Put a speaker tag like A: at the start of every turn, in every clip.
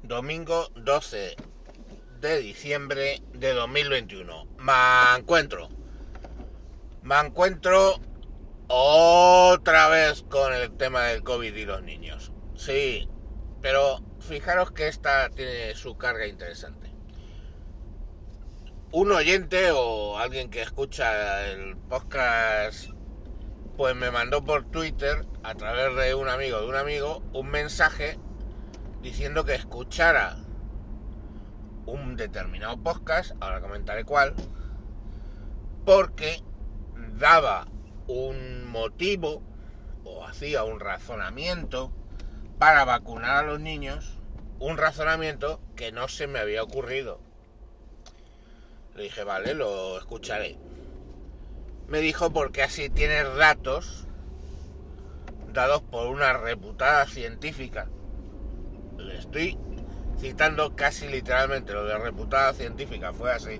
A: Domingo 12 de diciembre de 2021. Me encuentro otra vez con el tema del COVID y los niños. Sí, pero fijaros que esta tiene su carga interesante. Un oyente o alguien que escucha el podcast pues me mandó por Twitter, a través de un amigo, un mensaje diciendo que escuchara un determinado podcast, ahora comentaré cuál, porque daba un motivo o hacía un razonamiento para vacunar a los niños, un razonamiento que no se me había ocurrido. Le dije, vale, lo escucharé. Me dijo porque así tienes datos dados por una reputada científica. Le estoy citando casi literalmente, lo de reputada científica fue así.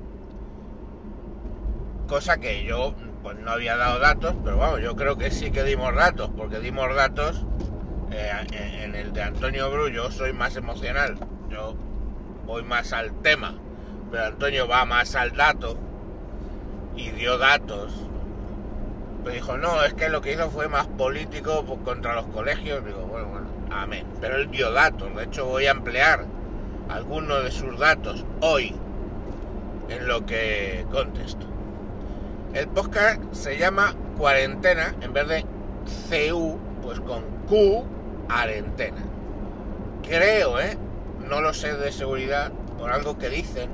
A: Cosa que yo pues no había dado datos, pero vamos, yo creo que sí que dimos datos, porque dimos datos en el de Antonio Bru. Yo soy más emocional, yo voy más al tema, pero Antonio va más al dato y dio datos. Me dijo, no, es que lo que hizo fue más político contra los colegios. Digo, bueno, amén. Pero él dio datos. De hecho, voy a emplear algunos de sus datos hoy en lo que contesto. El podcast se llama Cuarentena, en vez de CU, pues con Q, Arentena. Creo, no lo sé de seguridad, por algo que dicen,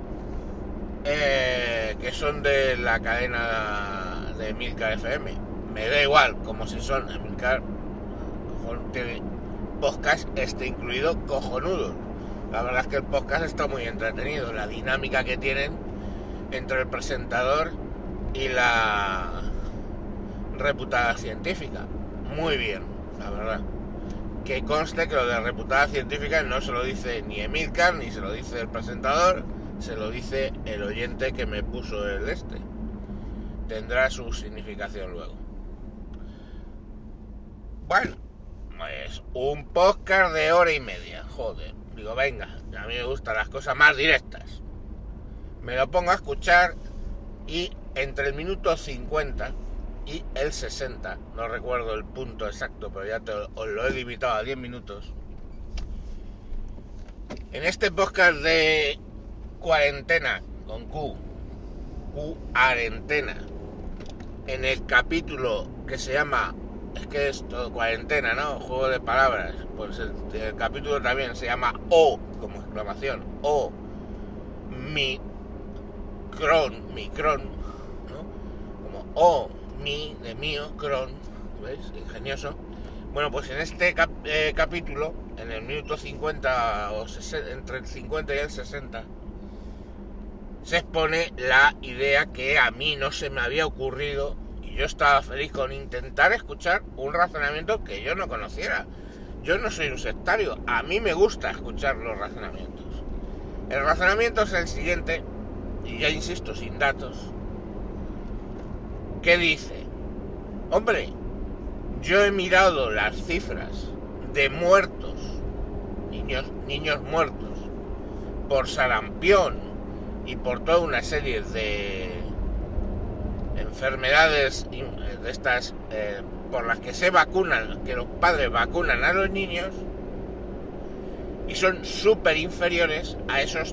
A: que son de la cadena de Emilcar FM. Me da igual, como si son Emilcar, tiene podcast incluido cojonudo. La verdad es que el podcast está muy entretenido, la dinámica que tienen entre el presentador y la reputada científica, muy bien, la verdad. Que conste que lo de reputada científica no se lo dice ni Emilcar, ni se lo dice el presentador, se lo dice el oyente que me puso el tendrá su significación luego. Bueno, pues un podcast de hora y media, joder. Digo, venga, a mí me gustan las cosas más directas. Me lo pongo a escuchar y entre el minuto 50 y el 60, no recuerdo el punto exacto, pero ya os lo he limitado a 10 minutos. En este podcast de Cuarentena, con Q Arentena, en el capítulo que se llama, es que es todo cuarentena, ¿no? Juego de palabras. Pues el capítulo también se llama O, como exclamación, O, micrón, ¿no? Como O, mi, de mío, cron, ¿veis? Ingenioso. Bueno, pues en este capítulo, en el minuto 50 o 60, entre el 50 y el 60, se expone la idea que a mí no se me había ocurrido y yo estaba feliz con intentar escuchar un razonamiento que yo no conociera. Yo no soy un sectario, a mí me gusta escuchar los razonamientos. El razonamiento es el siguiente, y ya insisto, sin datos, que dice, hombre, yo he mirado las cifras de muertos, niños muertos, por sarampión, y por toda una serie de enfermedades de estas por las que se vacunan, que los padres vacunan a los niños, y son súper inferiores a esas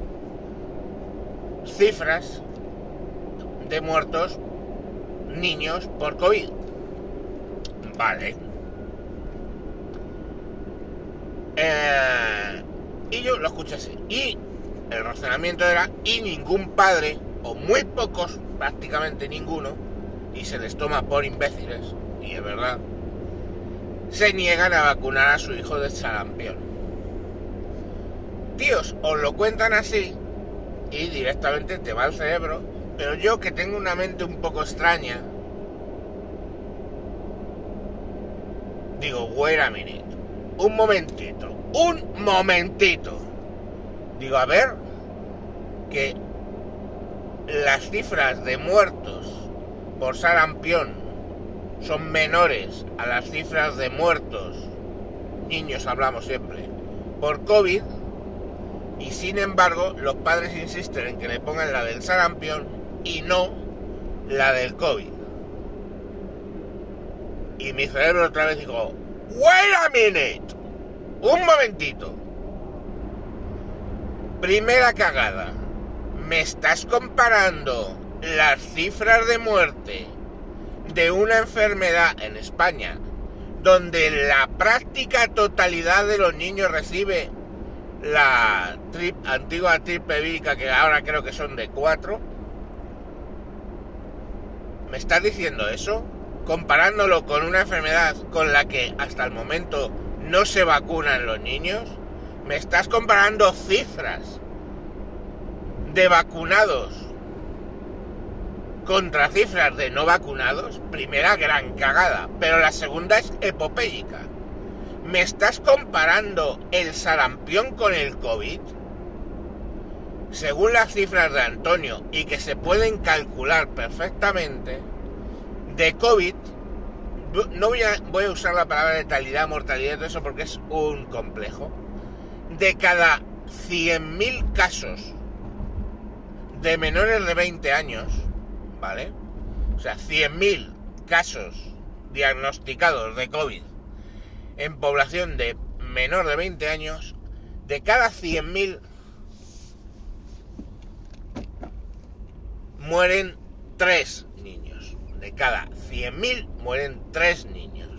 A: cifras de muertos niños por COVID. Vale. Y yo lo escuché así. Y el razonamiento era, y ningún padre, o muy pocos, prácticamente ninguno, y se les toma por imbéciles, y es verdad, se niegan a vacunar a su hijo de sarampión. Tíos, os lo cuentan así, y directamente te va al cerebro, pero yo que tengo una mente un poco extraña, digo, wait a minute, un momentito. Digo, a ver, que las cifras de muertos por sarampión son menores a las cifras de muertos, niños hablamos siempre, por COVID, Y sin embargo, los padres insisten en que le pongan la del sarampión y no la del COVID. Y mi cerebro otra vez dijo, wait a minute, un momentito. Primera cagada, me estás comparando las cifras de muerte de una enfermedad en España donde la práctica totalidad de los niños recibe la antigua triple vírica, que ahora creo que son de 4. ¿Me estás diciendo eso? Comparándolo con una enfermedad con la que hasta el momento no se vacunan los niños. ¿Me estás comparando cifras de vacunados contra cifras de no vacunados? Primera gran cagada, pero la segunda es epopéica. ¿Me estás comparando el sarampión con el COVID? Según las cifras de Antonio, y que se pueden calcular perfectamente, de COVID, no voy a usar la palabra letalidad, mortalidad, todo eso porque es un complejo. De cada 100.000 casos de menores de 20 años, ¿vale? O sea, 100.000 casos diagnosticados de COVID en población de menor de 20 años, de cada 100.000 mueren 3 niños. De cada 100.000 mueren 3 niños.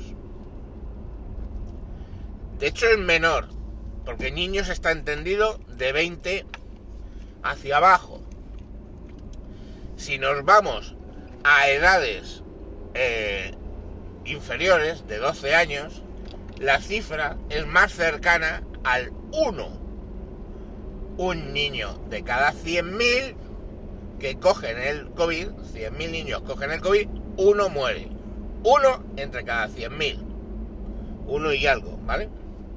A: De hecho es menor, porque niños está entendido de 20 hacia abajo. Si nos vamos a edades inferiores, de 12 años, la cifra es más cercana al 1. Un niño de cada 100.000 que cogen el COVID, 100.000 niños cogen el COVID, 1 muere. 1 entre cada 100.000. 1 y algo, ¿vale?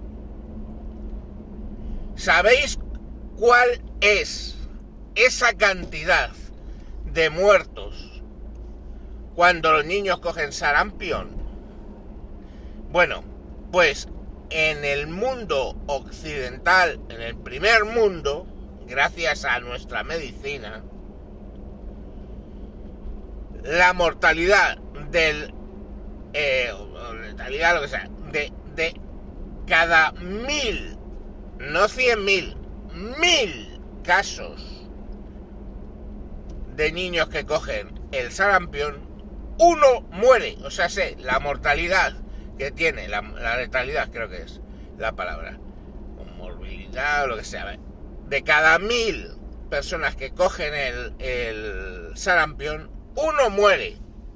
A: ¿Sabéis cuál es esa cantidad de muertos cuando los niños cogen sarampión? Bueno, pues en el mundo occidental, en el primer mundo, gracias a nuestra medicina, la mortalidad letalidad, lo que sea, de cada 1.000, no 100.000, 1.000 casos de niños que cogen el sarampión, 1 muere. O sea, la mortalidad que tiene, la letalidad creo que es la palabra, o morbilidad o lo que sea, de cada 1.000 personas que cogen el sarampión, 1 muere.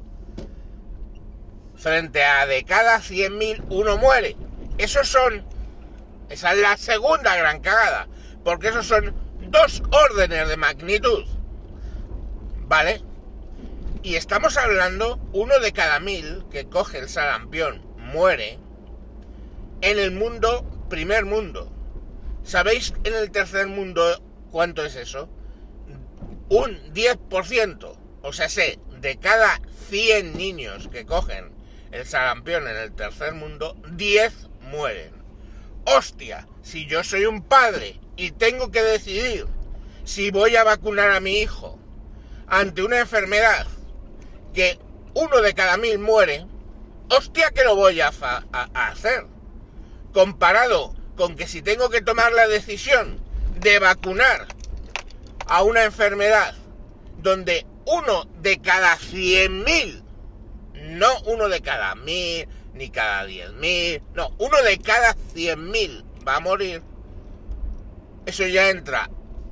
A: Frente a de cada 100.000, 1 muere. Esa es la segunda gran cagada, porque esos son 2 órdenes de magnitud, ¿vale? Y estamos hablando, 1 de cada 1.000 que coge el sarampión muere en el primer mundo. ¿Sabéis en el tercer mundo cuánto es eso? Un 10%. O sea, de cada 100 niños que cogen el sarampión en el tercer mundo, 10 mueren. ¡Hostia! Si yo soy un padre y tengo que decidir si voy a vacunar a mi hijo ante una enfermedad que 1 de cada 1.000 muere, ¡hostia que lo voy a hacer! Comparado con que si tengo que tomar la decisión de vacunar a una enfermedad donde 1 de cada 100.000, no 1 de cada 1.000, ni cada 10.000, no, 1 de cada 100.000 va a morir, eso ya entra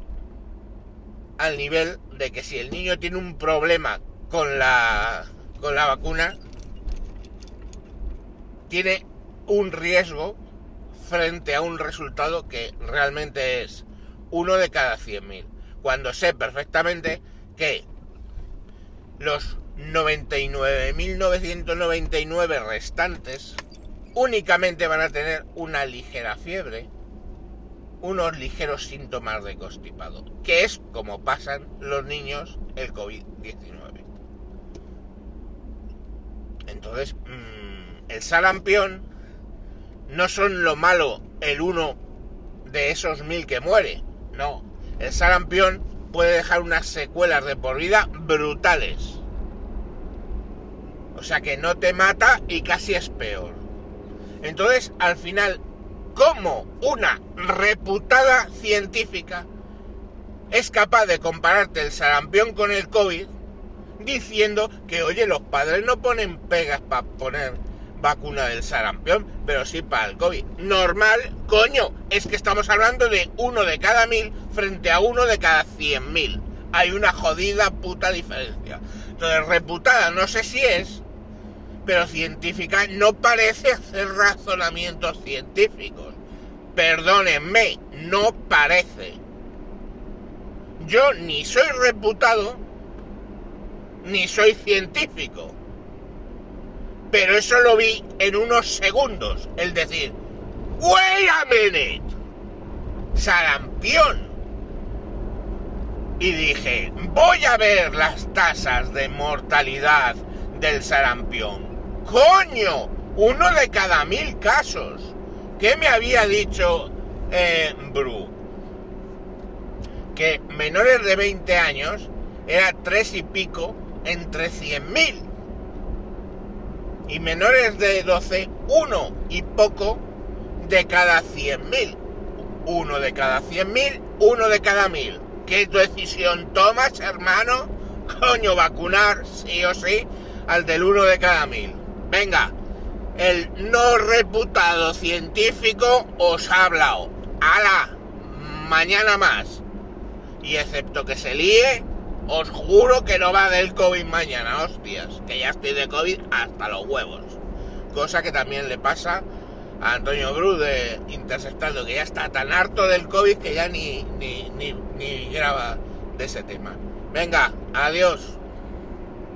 A: al nivel de que si el niño tiene un problema con la vacuna, tiene un riesgo frente a un resultado que realmente es 1 de cada 100.000, cuando sé perfectamente que los 99.999 restantes únicamente van a tener una ligera fiebre, unos ligeros síntomas de constipado, que es como pasan los niños el COVID-19. Entonces, el sarampión no son lo malo el 1 de esos 1.000 que muere, No, el sarampión puede dejar unas secuelas de por vida brutales. O sea que no te mata y casi es peor. Entonces, al final, ¿cómo una reputada científica es capaz de compararte el sarampión con el COVID diciendo que, oye, los padres no ponen pegas para poner vacuna del sarampión, pero sí para el COVID? Normal, coño, es que estamos hablando de 1 de cada 1000 frente a 1 de cada 100.000. Hay una jodida puta diferencia. Entonces, reputada no sé si es, pero científica no parece hacer razonamientos científicos. Perdónenme, no parece. Yo ni soy reputado, ni soy científico. Pero eso lo vi en unos segundos. Es decir, wait a minute, sarampión. Y dije, voy a ver las tasas de mortalidad del sarampión. ¡Coño! 1 de cada 1000 casos. ¿Qué me había dicho Bru? Que menores de 20 años era 3 y pico entre 100.000. Y menores de 12, 1 y poco de cada 100.000. 1 de cada 100.000, 1 de cada 1000. ¿Qué decisión tomas, hermano? Coño, vacunar sí o sí al del 1 de cada 1000. Venga, el no reputado científico os ha hablado. ¡Hala! Mañana más. Y excepto que se líe, os juro que no va del COVID mañana, hostias, que ya estoy de COVID hasta los huevos. Cosa que también le pasa a Antonio Bru de Intersectando, que ya está tan harto del COVID que ya ni graba de ese tema. Venga, adiós.